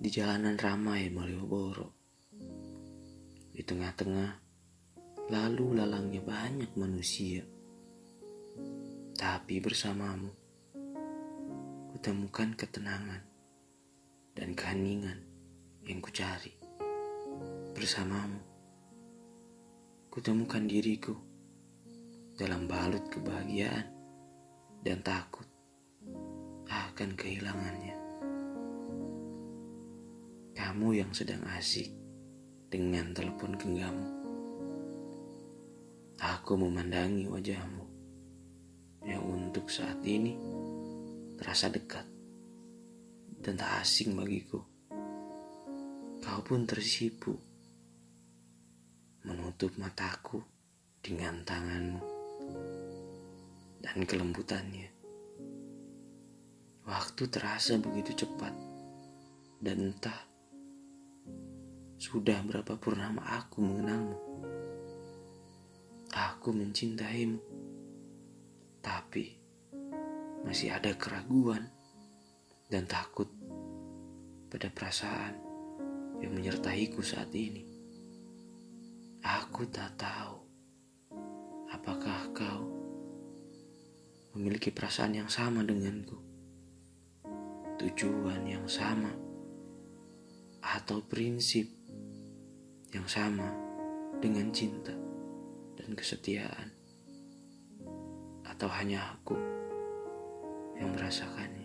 di jalanan ramai Malioboro. Di tengah-tengah lalu lalangnya banyak manusia. Tapi bersamamu, kutemukan ketenangan dan keheningan yang kucari. Bersamamu, kutemukan diriku dalam balut kebahagiaan dan takut akan kehilangannya. Kamu yang sedang asik dengan telepon genggammu. Aku memandangi wajahmu yang untuk saat ini terasa dekat dan tak asing bagiku. Kau pun tersipu menutup mataku dengan tanganmu dan kelembutannya. Waktu terasa begitu cepat dan entah sudah berapa purnama aku mengenalmu. Aku mencintaimu, tapi masih ada keraguan dan takut pada perasaan yang menyertaiku saat ini. Aku tak tahu apakah kau memiliki perasaan yang sama denganku, tujuan yang sama, atau prinsip yang sama dengan cinta dan kesetiaan, atau hanya aku yang merasakannya.